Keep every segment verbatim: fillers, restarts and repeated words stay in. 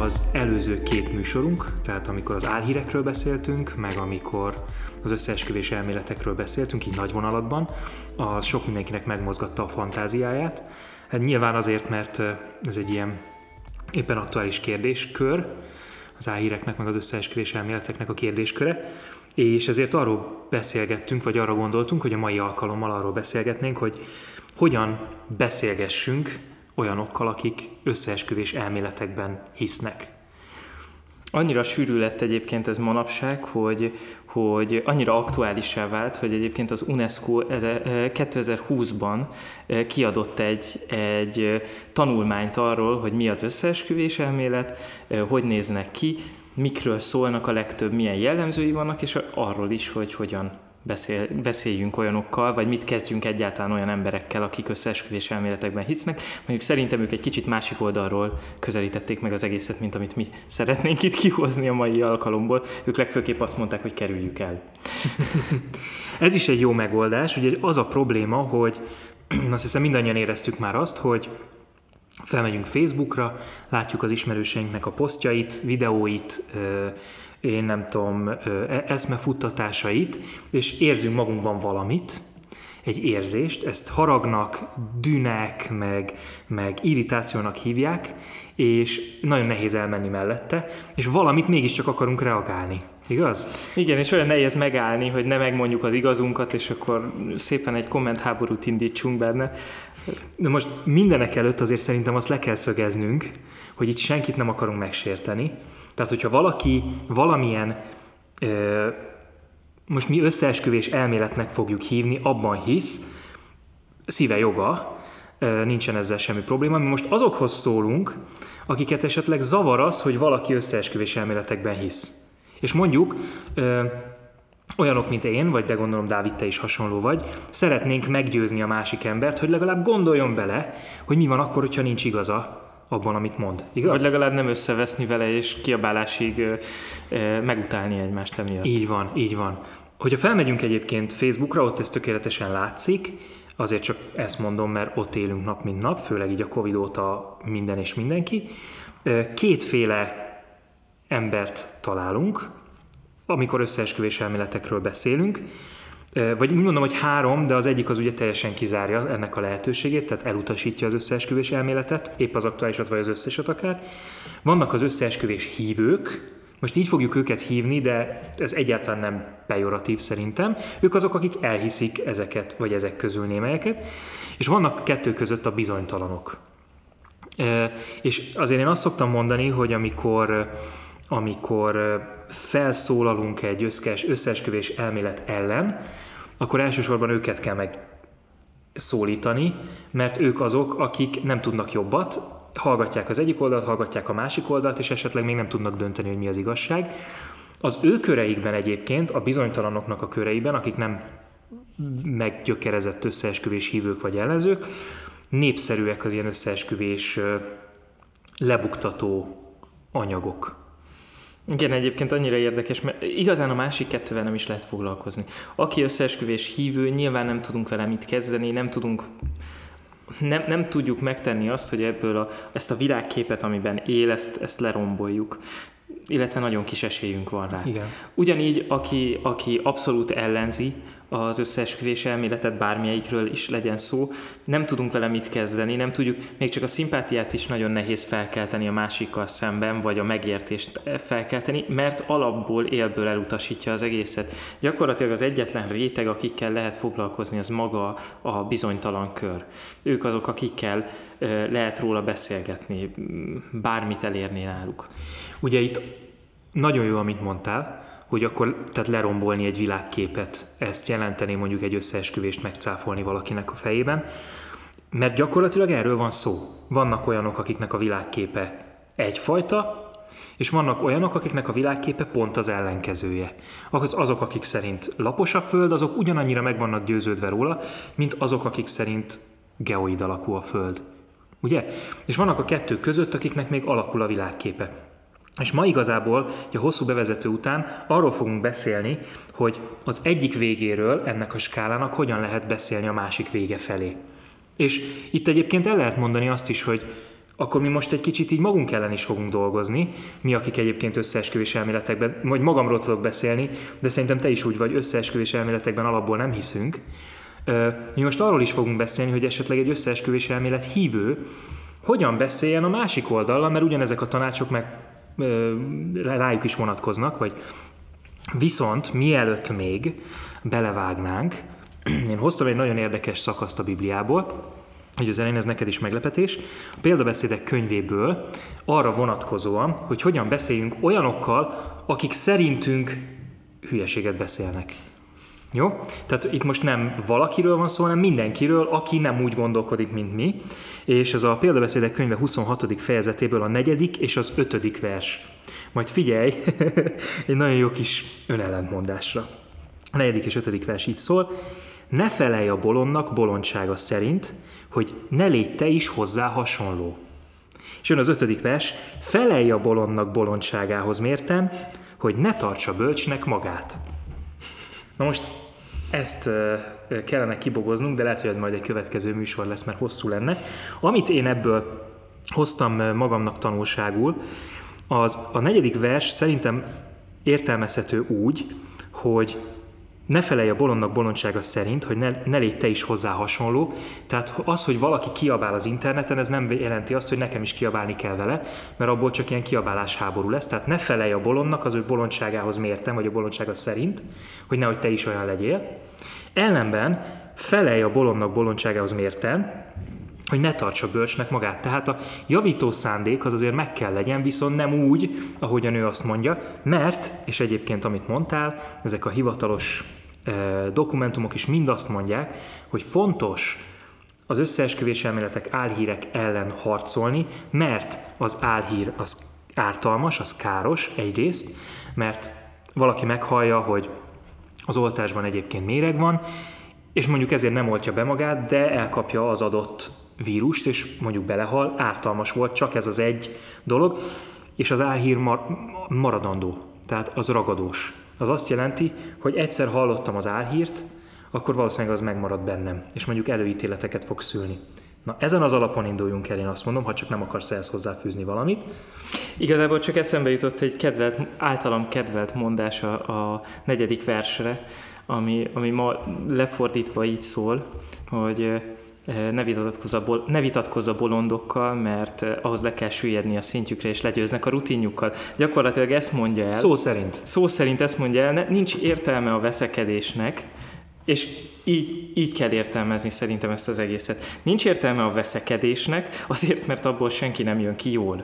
az előző két műsorunk, tehát amikor az álhírekről beszéltünk, meg amikor az összeesküvés elméletekről beszéltünk, így nagy vonalatban, az sok mindenkinek megmozgatta a fantáziáját. Hát nyilván azért, mert ez egy ilyen éppen aktuális kérdéskör, az álhíreknek, meg az összeesküvés elméleteknek a kérdésköre, és ezért arról beszélgettünk, vagy arra gondoltunk, hogy a mai alkalommal arról beszélgetnénk, hogy hogyan beszélgessünk olyanokkal, akik összeesküvés elméletekben hisznek. Annyira sűrű lett egyébként ez manapság, hogy, hogy annyira aktuálissá vált, hogy egyébként az UNESCO kétezer-húszban kiadott egy, egy tanulmányt arról, hogy mi az összeesküvés elmélet, hogy néznek ki, mikről szólnak a legtöbb, milyen jellemzői vannak, és arról is, hogy hogyan beszél, beszéljünk olyanokkal, vagy mit kezdjünk egyáltalán olyan emberekkel, akik összeesküvés elméletekben hisznek. Mondjuk szerintem ők egy kicsit másik oldalról közelítették meg az egészet, mint amit mi szeretnénk itt kihozni a mai alkalomból. Ők legfőképp azt mondták, hogy kerüljük el. Ez is egy jó megoldás. Ugye az a probléma, hogy azt hiszem mindannyian éreztük már azt, hogy felmegyünk Facebookra, látjuk az ismerőseinknek a posztjait, videóit, én nem tudom, eszmefuttatásait, és érzünk magunkban valamit, egy érzést, ezt haragnak, dűnek, meg, meg irritációnak hívják, és nagyon nehéz elmenni mellette, és valamit mégiscsak akarunk reagálni. Igaz? Igen, és olyan nehéz megállni, hogy ne megmondjuk az igazunkat, és akkor szépen egy kommentháborút indítsunk benne. De most mindenek előtt azért szerintem azt le kell szögeznünk, hogy itt senkit nem akarunk megsérteni. Tehát, hogyha valaki valamilyen, ö, most mi összeesküvés elméletnek fogjuk hívni, abban hisz, szíve joga, ö, nincsen ezzel semmi probléma. Mi most azokhoz szólunk, akiket esetleg zavar az, hogy valaki összeesküvés elméletekben hisz. És mondjuk ö, olyanok, mint én, vagy de gondolom, Dávid, te is hasonló vagy, szeretnénk meggyőzni a másik embert, hogy legalább gondoljon bele, hogy mi van akkor, hogyha nincs igaza abban, amit mond. Igaz? Vagy legalább nem összeveszni vele, és kiabálásig ö, ö, megutálni egymást emiatt. Így van, így van. Hogyha felmegyünk egyébként Facebookra, ott ez tökéletesen látszik, azért csak ezt mondom, mert ott élünk nap mint nap, főleg így a Covid óta minden és mindenki. Kétféle embert találunk, amikor összeesküvés elméletekről beszélünk, vagy úgy mondom, hogy három, de az egyik az ugye teljesen kizárja ennek a lehetőségét, tehát elutasítja az összeesküvés elméletet, épp az aktuálisat vagy az összeset akár. Vannak az összeesküvés hívők, most így fogjuk őket hívni, de ez egyáltalán nem pejoratív szerintem. Ők azok, akik elhiszik ezeket, vagy ezek közül némelyeket, és vannak kettő között a bizonytalanok. És azért én azt szoktam mondani, hogy amikor, amikor felszólalunk egy összeesküvés elmélet ellen, akkor elsősorban őket kell megszólítani, mert ők azok, akik nem tudnak jobbat, hallgatják az egyik oldalt, hallgatják a másik oldalt, és esetleg még nem tudnak dönteni, hogy mi az igazság. Az ő köreikben egyébként, a bizonytalanoknak a köreiben, akik nem meggyökerezett összeesküvés hívők vagy ellenzők, népszerűek az ilyen összeesküvés lebuktató anyagok. Igen, egyébként annyira érdekes, mert igazán a másik kettővel nem is lehet foglalkozni. Aki összeesküvés hívő, nyilván nem tudunk vele mit kezdeni, nem tudunk, nem, nem tudjuk megtenni azt, hogy ebből a, ezt a világképet, amiben él, ezt, ezt leromboljuk. Illetve nagyon kis esélyünk van rá. Igen. Ugyanígy, aki, aki abszolút ellenzi az összeesküvés elméletet, bármelyikről is legyen szó, nem tudunk vele mit kezdeni, nem tudjuk, még csak a szimpátiát is nagyon nehéz felkelteni a másikkal szemben, vagy a megértést felkelteni, mert alapból élből elutasítja az egészet. Gyakorlatilag az egyetlen réteg, akikkel lehet foglalkozni, az maga a bizonytalan kör. Ők azok, akikkel lehet róla beszélgetni, bármit elérni náluk. Ugye itt nagyon jó, amit mondtál, hogy akkor tehát lerombolni egy világképet, ezt jelenteni mondjuk egy összeesküvést megcáfolni valakinek a fejében, mert gyakorlatilag erről van szó. Vannak olyanok, akiknek a világképe egyfajta, és vannak olyanok, akiknek a világképe pont az ellenkezője. Azok, akik szerint lapos a Föld, azok ugyanannyira meg vannak győződve róla, mint azok, akik szerint geoid alakú a Föld. Ugye? És vannak a kettő között, akiknek még alakul a világképe. És ma igazából, a hosszú bevezető után arról fogunk beszélni, hogy az egyik végéről ennek a skálának hogyan lehet beszélni a másik vége felé. És itt egyébként el lehet mondani azt is, hogy akkor mi most egy kicsit így magunk ellen is fogunk dolgozni, mi, akik egyébként összeesküvés elméletekben, vagy magamról tudok beszélni, de szerintem te is úgy vagy, összeesküvés elméletekben alapból nem hiszünk. Mi most arról is fogunk beszélni, hogy esetleg egy összeesküvés elmélet hívő hogyan beszéljen a másik oldallal, mert ugyanezek a tanácsok meg rájuk is vonatkoznak, vagy viszont mielőtt még belevágnánk, én hoztam egy nagyon érdekes szakaszt a Bibliából, hogy az elején ez neked is meglepetés, a példabeszédek könyvéből arra vonatkozóan, hogy hogyan beszéljünk olyanokkal, akik szerintünk hülyeséget beszélnek. Jó? Tehát itt most nem valakiről van szó, hanem mindenkiről, aki nem úgy gondolkodik, mint mi, és ez a példabeszédek könyve huszonhatodik fejezetéből a negyedik és az ötödik vers. Majd figyelj, egy nagyon jó kis önellentmondásra. A negyedik és ötödik vers így szól: ne felelj a bolondnak bolondsága szerint, hogy ne légy te is hozzá hasonló. És jön az ötödik vers: felelj a bolondnak bolondságához mérten, hogy ne tartsa bölcsnek magát. Na most ezt kellene kibogoznunk, de lehet, hogy ez majd egy következő műsor lesz, mert hosszú lenne. Amit én ebből hoztam magamnak tanulságul, az a negyedik vers szerintem értelmezhető úgy, hogy ne felelj a bolondnak bolondsága szerint, hogy ne, ne légy te is hozzá hasonló. Tehát az, hogy valaki kiabál az interneten, ez nem jelenti azt, hogy nekem is kiabálni kell vele, mert abból csak ilyen kiabálás háború lesz. Tehát ne felelj a bolondnak az ő bolondságához mérten, vagy a bolondsága szerint, hogy nehogy te is olyan legyél. Ellenben felelj a bolondnak bolondságához mérten, hogy ne tartsa bölcsnek magát. Tehát a javító szándék az azért meg kell legyen, viszont nem úgy, ahogy a nő azt mondja, mert, és egyébként amit mondtál, ezek a hivatalos eh, dokumentumok is mind azt mondják, hogy fontos az összeesküvés elméletek, álhírek ellen harcolni, mert az álhír az ártalmas, az káros egyrészt, mert valaki meghallja, hogy az oltásban egyébként méreg van, és mondjuk ezért nem oltja be magát, de elkapja az adott vírust, és mondjuk belehal, ártalmas volt, csak ez az egy dolog, és az álhír mar- maradandó, tehát az ragadós. Az azt jelenti, hogy egyszer hallottam az álhírt, akkor valószínűleg az megmarad bennem, és mondjuk előítéleteket fog szülni. Na, ezen az alapon induljunk el, én azt mondom, ha csak nem akarsz ehhez hozzáfűzni valamit. Igazából csak eszembe jutott egy kedvelt, általam kedvelt mondás a, a negyedik versre, ami, ami ma lefordítva így szól, hogy ne vitatkozz, a bol- ne vitatkozz a bolondokkal, mert ahhoz le kell süllyedni a szintjükre, és legyőznek a rutinjukkal. Gyakorlatilag ezt mondja el. Szó szerint. Szó szerint ezt mondja el, ne, nincs értelme a veszekedésnek, és így, így kell értelmezni szerintem ezt az egészet. Nincs értelme a veszekedésnek, azért, mert abból senki nem jön ki jól.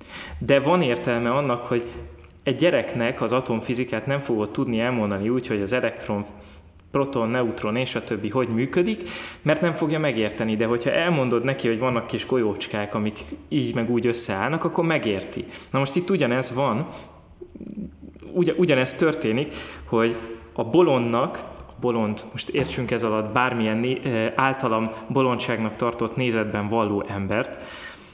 De van értelme annak, hogy egy gyereknek az atomfizikát nem fogod tudni elmondani úgy, hogy az elektron, proton, neutron és a többi hogy működik, mert nem fogja megérteni, de hogyha elmondod neki, hogy vannak kis golyócskák, amik így meg úgy összeállnak, akkor megérti. Na most itt ugyanez van, ugy, ugyanez történik, hogy a bolondnak, a bolond, most értsünk ez alatt bármilyen né, általam bolondságnak tartott nézetben valló embert,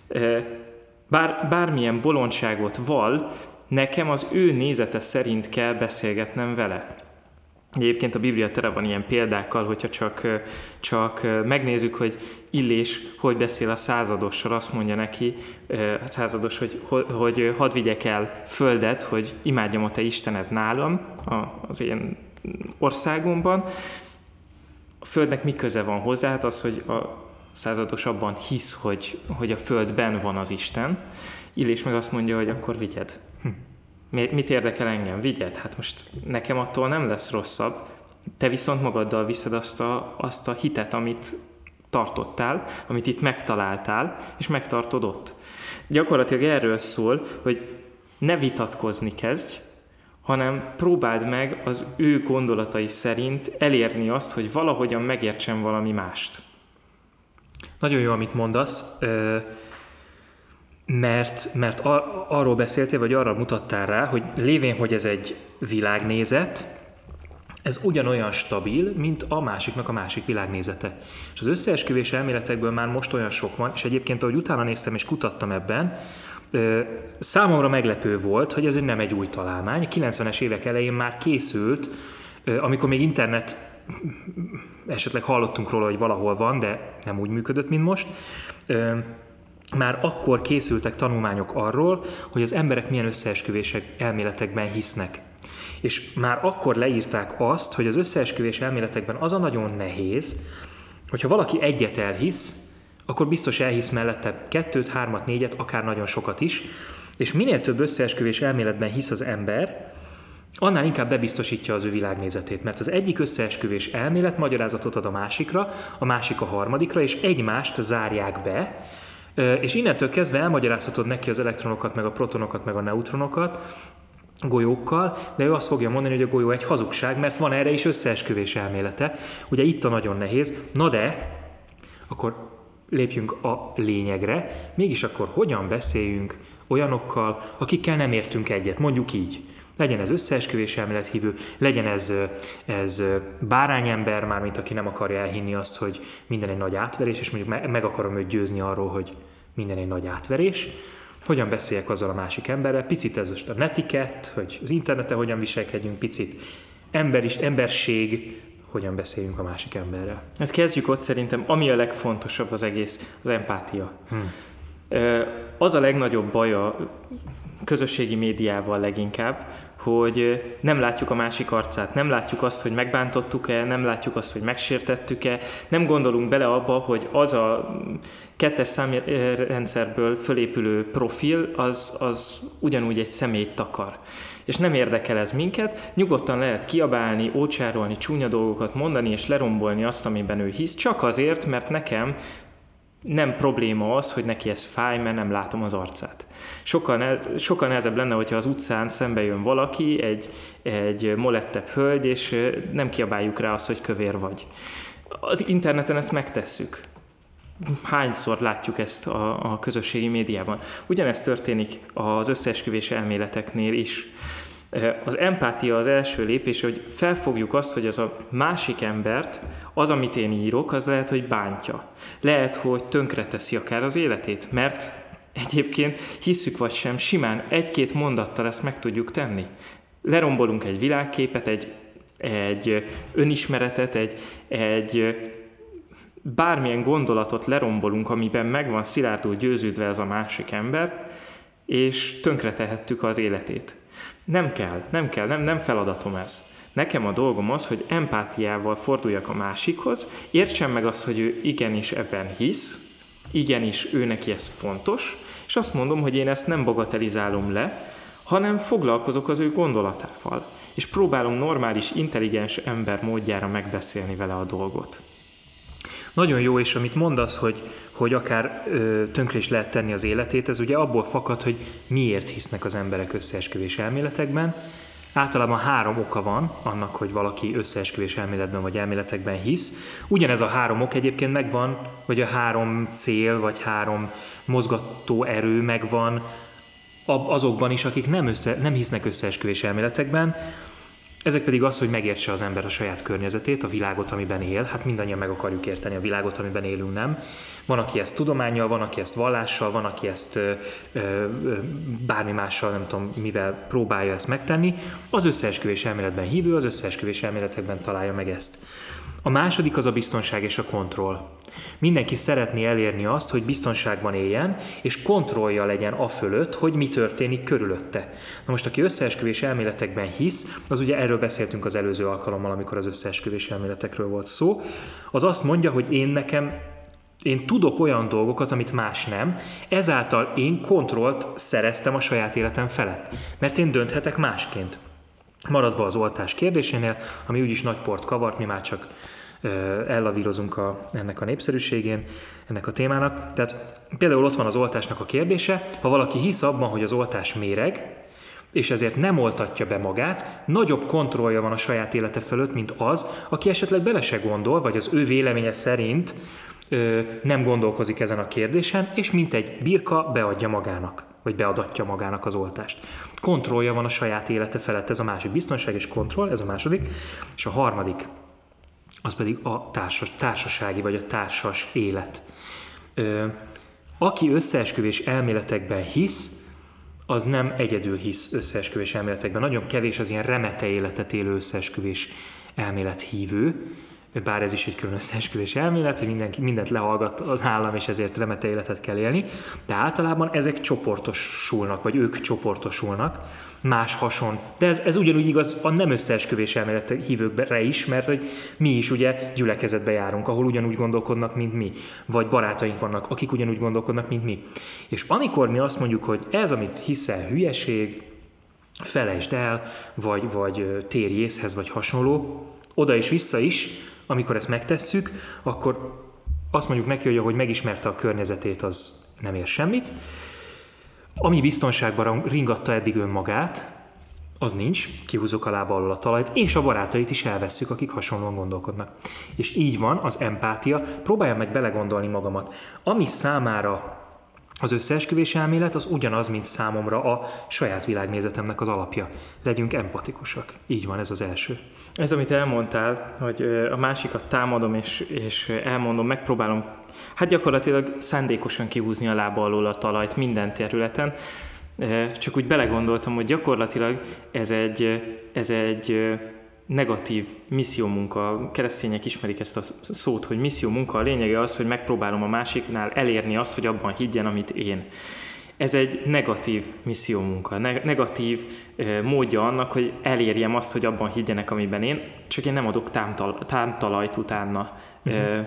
bár, bármilyen bolondságot vall, nekem az ő nézete szerint kell beszélgetnem vele. Egyébként a Biblia tele van ilyen példákkal, hogyha csak, csak megnézzük, hogy Illés hogy beszél a századossal, azt mondja neki, a százados, hogy, hogy hadd vigyek el földet, hogy imádjam a te Istened nálam, az én országomban. A földnek mi köze van hozzá? Hát az, hogy a százados abban hisz, hogy, hogy a földben van az Isten. Illés meg azt mondja, hogy akkor vigyed. Hm. Mit érdekel engem? Vigyed? Hát most nekem attól nem lesz rosszabb. Te viszont magaddal viszed azt a, azt a hitet, amit tartottál, amit itt megtaláltál, és megtartod ott. Gyakorlatilag erről szól, hogy ne vitatkozni kezdj, hanem próbáld meg az ő gondolatai szerint elérni azt, hogy valahogyan megértsen valami mást. Nagyon jó, amit mondasz, mert, mert arról beszéltél, vagy arra mutattál rá, hogy lévén, hogy ez egy világnézet, ez ugyanolyan stabil, mint a másiknak a másik világnézete. És az összeesküvés elméletekből már most olyan sok van, és egyébként, ahogy utána néztem és kutattam ebben, számomra meglepő volt, hogy ez nem egy új találmány. A kilencvenes évek elején már készült, amikor még internet, esetleg hallottunk róla, hogy valahol van, de nem úgy működött, mint most. már akkor készültek tanulmányok arról, hogy az emberek milyen összeesküvések elméletekben hisznek. És már akkor leírták azt, hogy az összeesküvés elméletekben az a nagyon nehéz, hogyha valaki egyet elhisz, akkor biztos elhisz mellette kettőt, hármat, négyet, akár nagyon sokat is, és minél több összeesküvés elméletben hisz az ember, annál inkább bebiztosítja az ő világnézetét, mert az egyik összeesküvés elmélet magyarázatot ad a másikra, a másik a harmadikra, és egymást zárják be, és innentől kezdve elmagyarázhatod neki az elektronokat, meg a protonokat, meg a neutronokat, golyókkal, de ő azt fogja mondani, hogy a golyó egy hazugság, mert van erre is összeesküvés elmélete. Ugye itt a nagyon nehéz. Na de, akkor lépjünk a lényegre. Mégis akkor hogyan beszéljünk olyanokkal, akikkel nem értünk egyet, mondjuk így. Legyen ez összeesküvés elmélethívő, legyen ez, ez bárányember, mármint aki nem akarja elhinni azt, hogy minden egy nagy átverés, és mondjuk meg akarom őt győzni arról, hogy minden egy nagy átverés. Hogyan beszéljek azzal a másik emberrel, picit ez most a netiket, hogy az interneten hogyan viselkedjünk, picit emberis, emberség, hogyan beszéljünk a másik emberrel. Hát kezdjük ott szerintem, ami a legfontosabb az egész, az empátia. Hmm. Az a legnagyobb baj a közösségi médiával leginkább, hogy nem látjuk a másik arcát, nem látjuk azt, hogy megbántottuk-e, nem látjuk azt, hogy megsértettük-e, nem gondolunk bele abba, hogy az a kettes számrendszerből fölépülő profil, az, az ugyanúgy egy személyt takar. És nem érdekel ez minket, nyugodtan lehet kiabálni, ócsárolni, csúnya dolgokat mondani, és lerombolni azt, amiben ő hisz, csak azért, mert nekem nem probléma az, hogy neki ez fáj, mert nem látom az arcát. Sokkal, nehez, sokkal nehezebb lenne, hogyha az utcán szembe jön valaki, egy, egy molettebb hölgy, és nem kiabáljuk rá azt, hogy kövér vagy. Az interneten ezt megtesszük. Hányszor látjuk ezt a, a közösségi médiában? Ugyanezt történik az összeesküvés elméleteknél is. Az empátia az első lépés, hogy felfogjuk azt, hogy az a másik embert, az, amit én írok, az lehet, hogy bántja. Lehet, hogy tönkreteszi akár az életét, mert egyébként hiszük vagy sem, simán egy-két mondattal ezt meg tudjuk tenni. Lerombolunk egy világképet, egy, egy önismeretet, egy, egy bármilyen gondolatot lerombolunk, amiben meg van szilárdul győződve ez a másik ember, és tönkretehettük az életét. Nem kell, nem kell, nem, nem feladatom ez. Nekem a dolgom az, hogy empátiával forduljak a másikhoz, értsem meg azt, hogy ő igenis ebben hisz, igenis ő neki ez fontos, és azt mondom, hogy én ezt nem bagatelizálom le, hanem foglalkozok az ő gondolatával, és próbálom normális, intelligens ember módjára megbeszélni vele a dolgot. Nagyon jó, és amit mondasz, hogy, hogy akár ö, tönkre is lehet tenni az életét, ez ugye abból fakad, hogy miért hisznek az emberek összeesküvés elméletekben. Általában három oka van annak, hogy valaki összeesküvés elméletben vagy elméletekben hisz. Ugyanez a három ok egyébként megvan, vagy a három cél, vagy három mozgató erő megvan azokban is, akik nem, össze, nem hisznek összeesküvés elméletekben. Ezek pedig az, hogy megértse az ember a saját környezetét, a világot, amiben él. Hát mindannyian meg akarjuk érteni a világot, amiben élünk, nem? Van, aki ezt tudománnyal, van, aki ezt vallással, van, aki ezt ö, ö, bármi mással, nem tudom, mivel próbálja ezt megtenni. Az összeesküvés elméletben hívő, az összeesküvés elméletekben találja meg ezt. A második az a biztonság és a kontroll. Mindenki szeretné elérni azt, hogy biztonságban éljen, és kontrollja legyen afölött, hogy mi történik körülötte. Na most, aki összeesküvés elméletekben hisz, az ugye erről beszéltünk az előző alkalommal, amikor az összeesküvés elméletekről volt szó, az azt mondja, hogy én nekem, én tudok olyan dolgokat, amit más nem, ezáltal én kontrollt szereztem a saját életem felett, mert én dönthetek másként. Maradva az oltás kérdésénél, ami úgyis nagy port kavart, mi már csak ellavírozunk a, ennek a népszerűségén, ennek a témának. Tehát például ott van az oltásnak a kérdése, ha valaki hisz abban, hogy az oltás méreg, és ezért nem oltatja be magát, nagyobb kontrollja van a saját élete fölött, mint az, aki esetleg bele se gondol, vagy az ő véleménye szerint ö, nem gondolkozik ezen a kérdésen, és mint egy birka beadja magának, vagy beadatja magának az oltást. Kontrollja van a saját élete felett, ez a másik, biztonság és kontroll, ez a második, és a harmadik, az pedig a társas, társasági vagy a társas élet. Ö, aki összeesküvés elméletekben hisz, az nem egyedül hisz összeesküvés elméletekben. Nagyon kevés az ilyen remete életet élő összeesküvés elmélet hívő. bár ez is egy külön összeesküvési elmélet, hogy mindenki, mindent lehallgat az állam, és ezért remete életet kell élni, de általában ezek csoportosulnak, vagy ők csoportosulnak, más hason. De ez, ez ugyanúgy igaz a nem összeesküvés elmélet hívőkre is, mert hogy mi is ugye gyülekezetbe járunk, ahol ugyanúgy gondolkodnak, mint mi, vagy barátaink vannak, akik ugyanúgy gondolkodnak, mint mi. És amikor mi azt mondjuk, hogy ez, amit hiszel, hülyeség, felejtsd el, vagy, vagy térj észhez, vagy hasonló, oda és vissza is, amikor ezt megtesszük, akkor azt mondjuk neki, hogy ahogy megismerte a környezetét, az nem ér semmit. Ami biztonságban ringatta eddig önmagát, az nincs, kihúzzuk a lába alól a talajt, és a barátait is elvesszük, akik hasonlóan gondolkodnak. És így van az empátia, próbáljam meg belegondolni magamat. Ami számára az összeesküvés elmélet, az ugyanaz, mint számomra a saját világnézetemnek az alapja. Legyünk empatikusak. Így van, ez az első. Ez, amit elmondtál, hogy a másikat támadom, és, és elmondom, megpróbálom, hát gyakorlatilag szándékosan kihúzni a lába alól a talajt minden területen, csak úgy belegondoltam, hogy gyakorlatilag ez egy, ez egy negatív missziómunka. A keresztények ismerik ezt a szót, hogy missziómunka. A lényege az, hogy megpróbálom a másiknál elérni azt, hogy abban higgyen, amit én. Ez egy negatív missziómunka, negatív módja annak, hogy elérjem azt, hogy abban higgyenek, amiben én, csak én nem adok támtal- támtalajt utána uh-huh.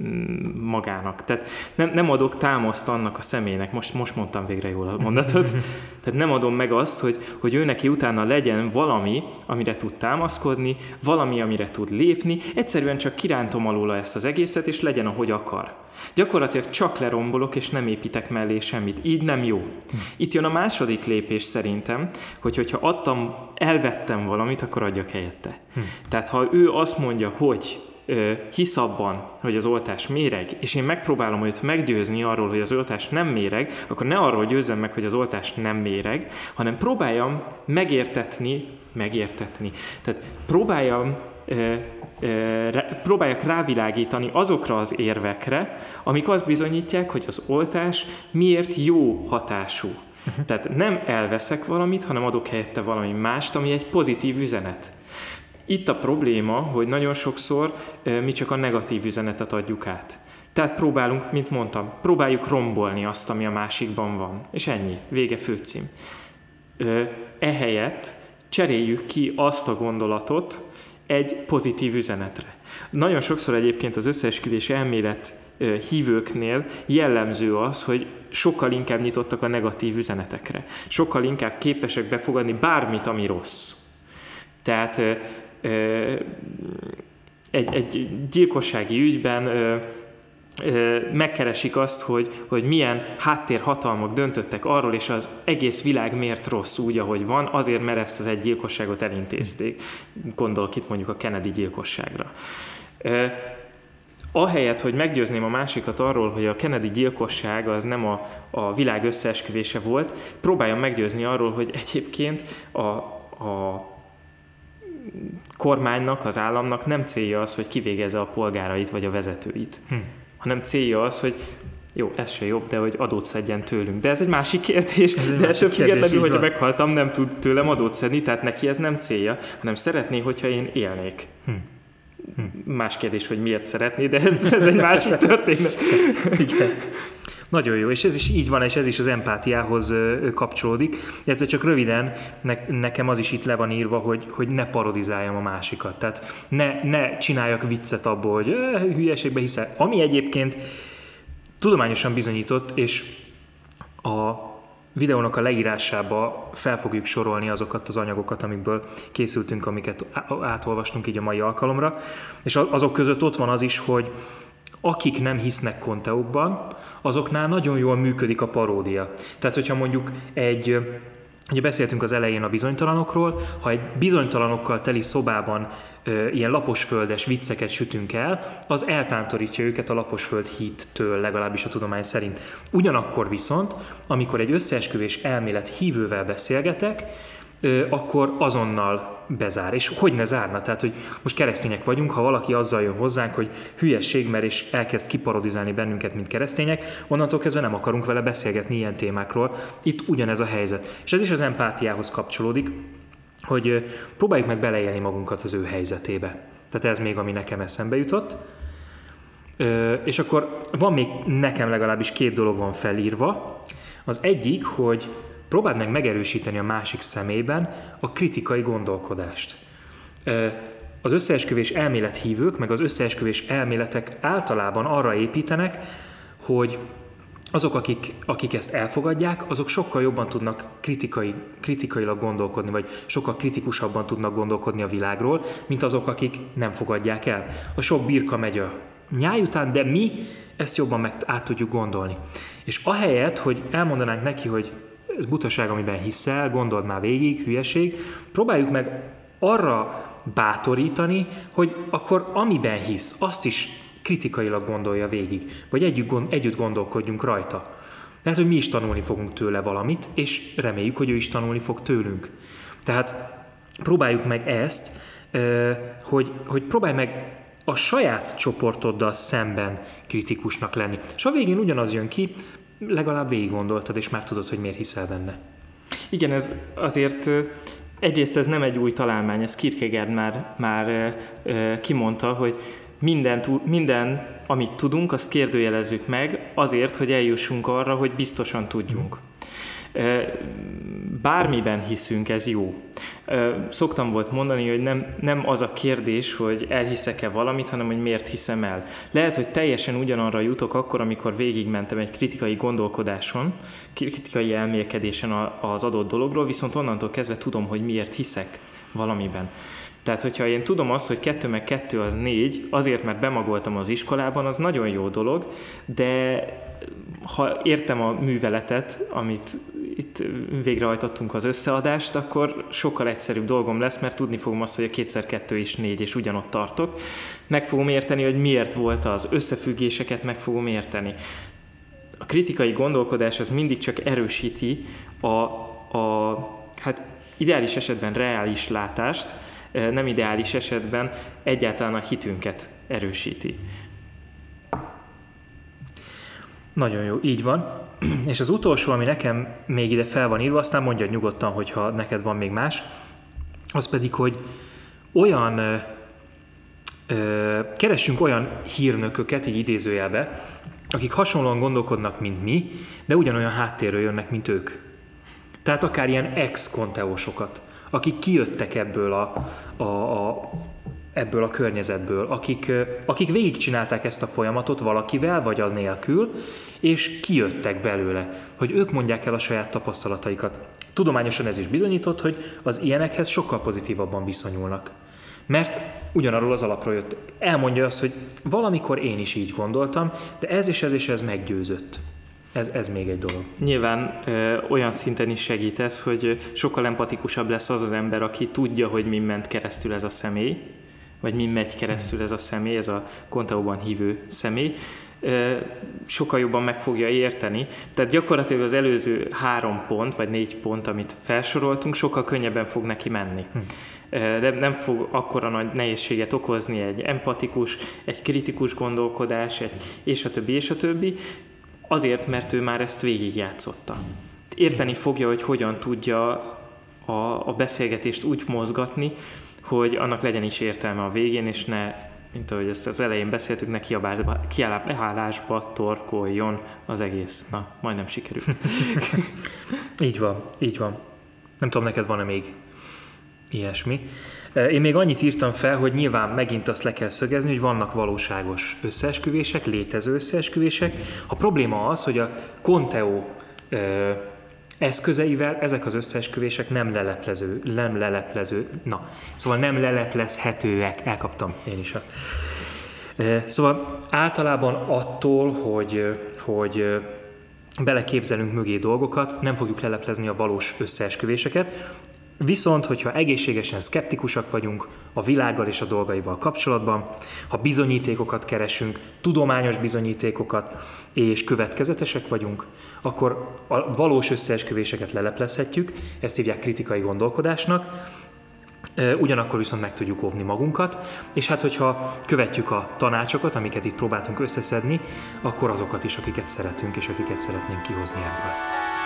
magának. Tehát nem, nem adok támaszt annak a személynek, most, most mondtam végre jól a mondatot, tehát nem adom meg azt, hogy, hogy ő neki utána legyen valami, amire tud támaszkodni, valami, amire tud lépni, egyszerűen csak kirántom alóla ezt az egészet, és legyen, ahogy akar. Gyakorlatilag csak lerombolok, és nem építek mellé semmit. Így nem jó. Itt jön a második lépés szerintem, hogy hogyha adtam, elvettem valamit, akkor adjak helyette. Hm. Tehát ha ő azt mondja, hogy hisz abban, hogy az oltás méreg, és én megpróbálom őt meggyőzni arról, hogy az oltás nem méreg, akkor ne arról győzzem meg, hogy az oltás nem méreg, hanem próbáljam megértetni, megértetni. Tehát próbáljam, ö, ö, próbáljak rávilágítani azokra az érvekre, amik azt bizonyítják, hogy az oltás miért jó hatású. Uh-huh. Tehát nem elveszek valamit, hanem adok helyette valami mást, ami egy pozitív üzenet. Itt a probléma, hogy nagyon sokszor mi csak a negatív üzenetet adjuk át. Tehát próbálunk, mint mondtam, próbáljuk rombolni azt, ami a másikban van. És ennyi, vége főcím. Ehelyett cseréljük ki azt a gondolatot egy pozitív üzenetre. Nagyon sokszor egyébként az összeesküvés elmélet hívőknél jellemző az, hogy sokkal inkább nyitottak a negatív üzenetekre. Sokkal inkább képesek befogadni bármit, ami rossz. Tehát egy, egy gyilkossági ügyben ö, ö, megkeresik azt, hogy, hogy milyen háttérhatalmak döntöttek arról, és az egész világ miért rossz úgy, ahogy van, azért, mert ezt az egy gyilkosságot elintézték. Gondolok itt mondjuk a Kennedy gyilkosságra. Ö, ahelyett, hogy meggyőzném a másikat arról, hogy a Kennedy gyilkosság az nem a, a világ összeesküvése volt, próbáljam meggyőzni arról, hogy egyébként a, a kormánynak, az államnak nem célja az, hogy kivégezze a polgárait vagy a vezetőit, hm. hanem célja az, hogy jó, ez se jobb, de hogy adót szedjen tőlünk. De ez egy másik kérdés, ez de ettől függetlenül, hogyha meghaltam, nem tud tőlem adót szedni, tehát neki ez nem célja, hanem szeretné, hogyha én élnék. Hm. Hm. Más kérdés, hogy miért szeretné, de ez, ez egy másik történet. Igen. Nagyon jó, és ez is így van, és ez is az empátiához ö, kapcsolódik. Illetve csak röviden, ne, nekem az is itt le van írva, hogy, hogy ne parodizáljam a másikat. Tehát ne, ne csináljak viccet abból, hogy ö, hülyeségbe hiszel. Ami egyébként tudományosan bizonyított, és a videónak a leírásába fel fogjuk sorolni azokat az anyagokat, amikből készültünk, amiket átolvastunk így a mai alkalomra. És azok között ott van az is, hogy akik nem hisznek konteókban, azoknál nagyon jól működik a paródia. Tehát, hogyha mondjuk egy, ugye beszéltünk az elején a bizonytalanokról, ha egy bizonytalanokkal teli szobában ö, ilyen laposföldes vicceket sütünk el, az eltántorítja őket a laposföld hittől, legalábbis a tudomány szerint. Ugyanakkor viszont, amikor egy összeesküvés elmélet hívővel beszélgetek, akkor azonnal bezár. És hogy ne zárna? Tehát, hogy most keresztények vagyunk, ha valaki azzal jön hozzánk, hogy hülyesség, mert és elkezd kiparodizálni bennünket, mint keresztények, onnantól kezdve nem akarunk vele beszélgetni ilyen témákról. Itt ugyanez a helyzet. És ez is az empátiához kapcsolódik, hogy próbáljuk meg beleélni magunkat az ő helyzetébe. Tehát ez még, ami nekem eszembe jutott. Ö, és akkor van még nekem legalábbis két dolog van felírva. Az egyik, hogy próbáld meg megerősíteni a másik szemében a kritikai gondolkodást. Ö, az összeesküvés elmélethívők, meg az összeesküvés elméletek általában arra építenek, hogy azok, akik, akik ezt elfogadják, azok sokkal jobban tudnak kritikai, kritikailag gondolkodni, vagy sokkal kritikusabban tudnak gondolkodni a világról, mint azok, akik nem fogadják el. A sok birka megy a nyáj után, de mi ezt jobban meg át tudjuk gondolni. És ahelyett, hogy elmondanánk neki, hogy ez butaság, amiben hiszel, gondold már végig, hülyeség, próbáljuk meg arra bátorítani, hogy akkor amiben hisz, azt is kritikailag gondolja végig, vagy együtt, gond, együtt gondolkodjunk rajta. Lehet, hogy mi is tanulni fogunk tőle valamit, és reméljük, hogy ő is tanulni fog tőlünk. Tehát próbáljuk meg ezt, hogy, hogy próbálj meg a saját csoportoddal szemben kritikusnak lenni. És a végén ugyanaz jön ki, legalább végig gondoltad, és már tudod, hogy miért hiszel benne. Igen, ez azért egyrészt ez nem egy új találmány, ez Kierkegaard már, már kimondta, hogy minden, minden, amit tudunk, azt kérdőjelezzük meg azért, hogy eljussunk arra, hogy biztosan tudjunk. Bármiben hiszünk, ez jó. Szoktam volt mondani, hogy nem, nem az a kérdés, hogy elhiszek-e valamit, hanem hogy miért hiszem el. Lehet, hogy teljesen ugyanarra jutok akkor, amikor végigmentem egy kritikai gondolkodáson, kritikai elmélkedésen az adott dologról, viszont onnantól kezdve tudom, hogy miért hiszek valamiben. Tehát, hogyha én tudom azt, hogy kettő meg kettő az négy, azért, mert bemagoltam az iskolában, az nagyon jó dolog, de ha értem a műveletet, amit itt végrehajtottunk az összeadást, akkor sokkal egyszerűbb dolgom lesz, mert tudni fogom azt, hogy a kétszer kettő is négy, és ugyanott tartok. Meg fogom érteni, hogy miért volt az, összefüggéseket meg fogom érteni. A kritikai gondolkodás az mindig csak erősíti a, a hát ideális esetben reális látást, nem ideális esetben egyáltalán a hitünket erősíti. Nagyon jó, így van. És az utolsó, ami nekem még ide fel van írva, aztán mondjad nyugodtan, hogyha neked van még más, az pedig, hogy olyan, ö, ö, keressünk olyan hírnököket, így idézőjelbe, akik hasonlóan gondolkodnak, mint mi, de ugyanolyan háttérről jönnek, mint ők. Tehát akár ilyen ex-konteósokat, akik kijöttek ebből a, a, a, ebből a környezetből, akik, akik végigcsinálták ezt a folyamatot valakivel, vagy a nélkül, és kijöttek belőle, hogy ők mondják el a saját tapasztalataikat. Tudományosan ez is bizonyított, hogy az ilyenekhez sokkal pozitívabban viszonyulnak. Mert ugyanarról az alapról jött. Elmondja azt, hogy valamikor én is így gondoltam, de ez és ez és ez meggyőzött. Ez, ez még egy dolog. Nyilván ö, olyan szinten is segít ez, hogy sokkal empatikusabb lesz az az ember, aki tudja, hogy min ment keresztül ez a személy, vagy min megy keresztül ez a személy, ez a konteóban hívő személy, ö, sokkal jobban meg fogja érteni. Tehát gyakorlatilag az előző három pont, vagy négy pont, amit felsoroltunk, sokkal könnyebben fog neki menni. Hm. De nem fog akkora nagy nehézséget okozni egy empatikus, egy kritikus gondolkodás, egy és a többi, és a többi, azért, mert ő már ezt végigjátszotta. Érteni fogja, hogy hogyan tudja a, a beszélgetést úgy mozgatni, hogy annak legyen is értelme a végén, és ne, mint ahogy ezt az elején beszéltük, ne kiállásba torkoljon az egész. Na, majdnem sikerült. Így van, így van. Nem tudom, neked van-e még ilyesmi. Én még annyit írtam fel, hogy nyilván megint azt le kell szögezni, hogy vannak valóságos összeesküvések, létező összeesküvések. A probléma az, hogy a Conteo eszközeivel ezek az összeesküvések nem leleplező, nem leleplező, na, szóval nem leleplezhetőek. Elkaptam én is. Szóval általában attól, hogy, hogy beleképzelünk mögé dolgokat, nem fogjuk leleplezni a valós összeesküvéseket. Viszont, hogyha egészségesen szkeptikusak vagyunk a világgal és a dolgaival kapcsolatban, ha bizonyítékokat keresünk, tudományos bizonyítékokat, és következetesek vagyunk, akkor a valós összeesküvéseket leleplezhetjük, ezt hívják kritikai gondolkodásnak, ugyanakkor viszont meg tudjuk óvni magunkat, és hát hogyha követjük a tanácsokat, amiket itt próbáltunk összeszedni, akkor azokat is, akiket szeretünk és akiket szeretnénk kihozni ebből.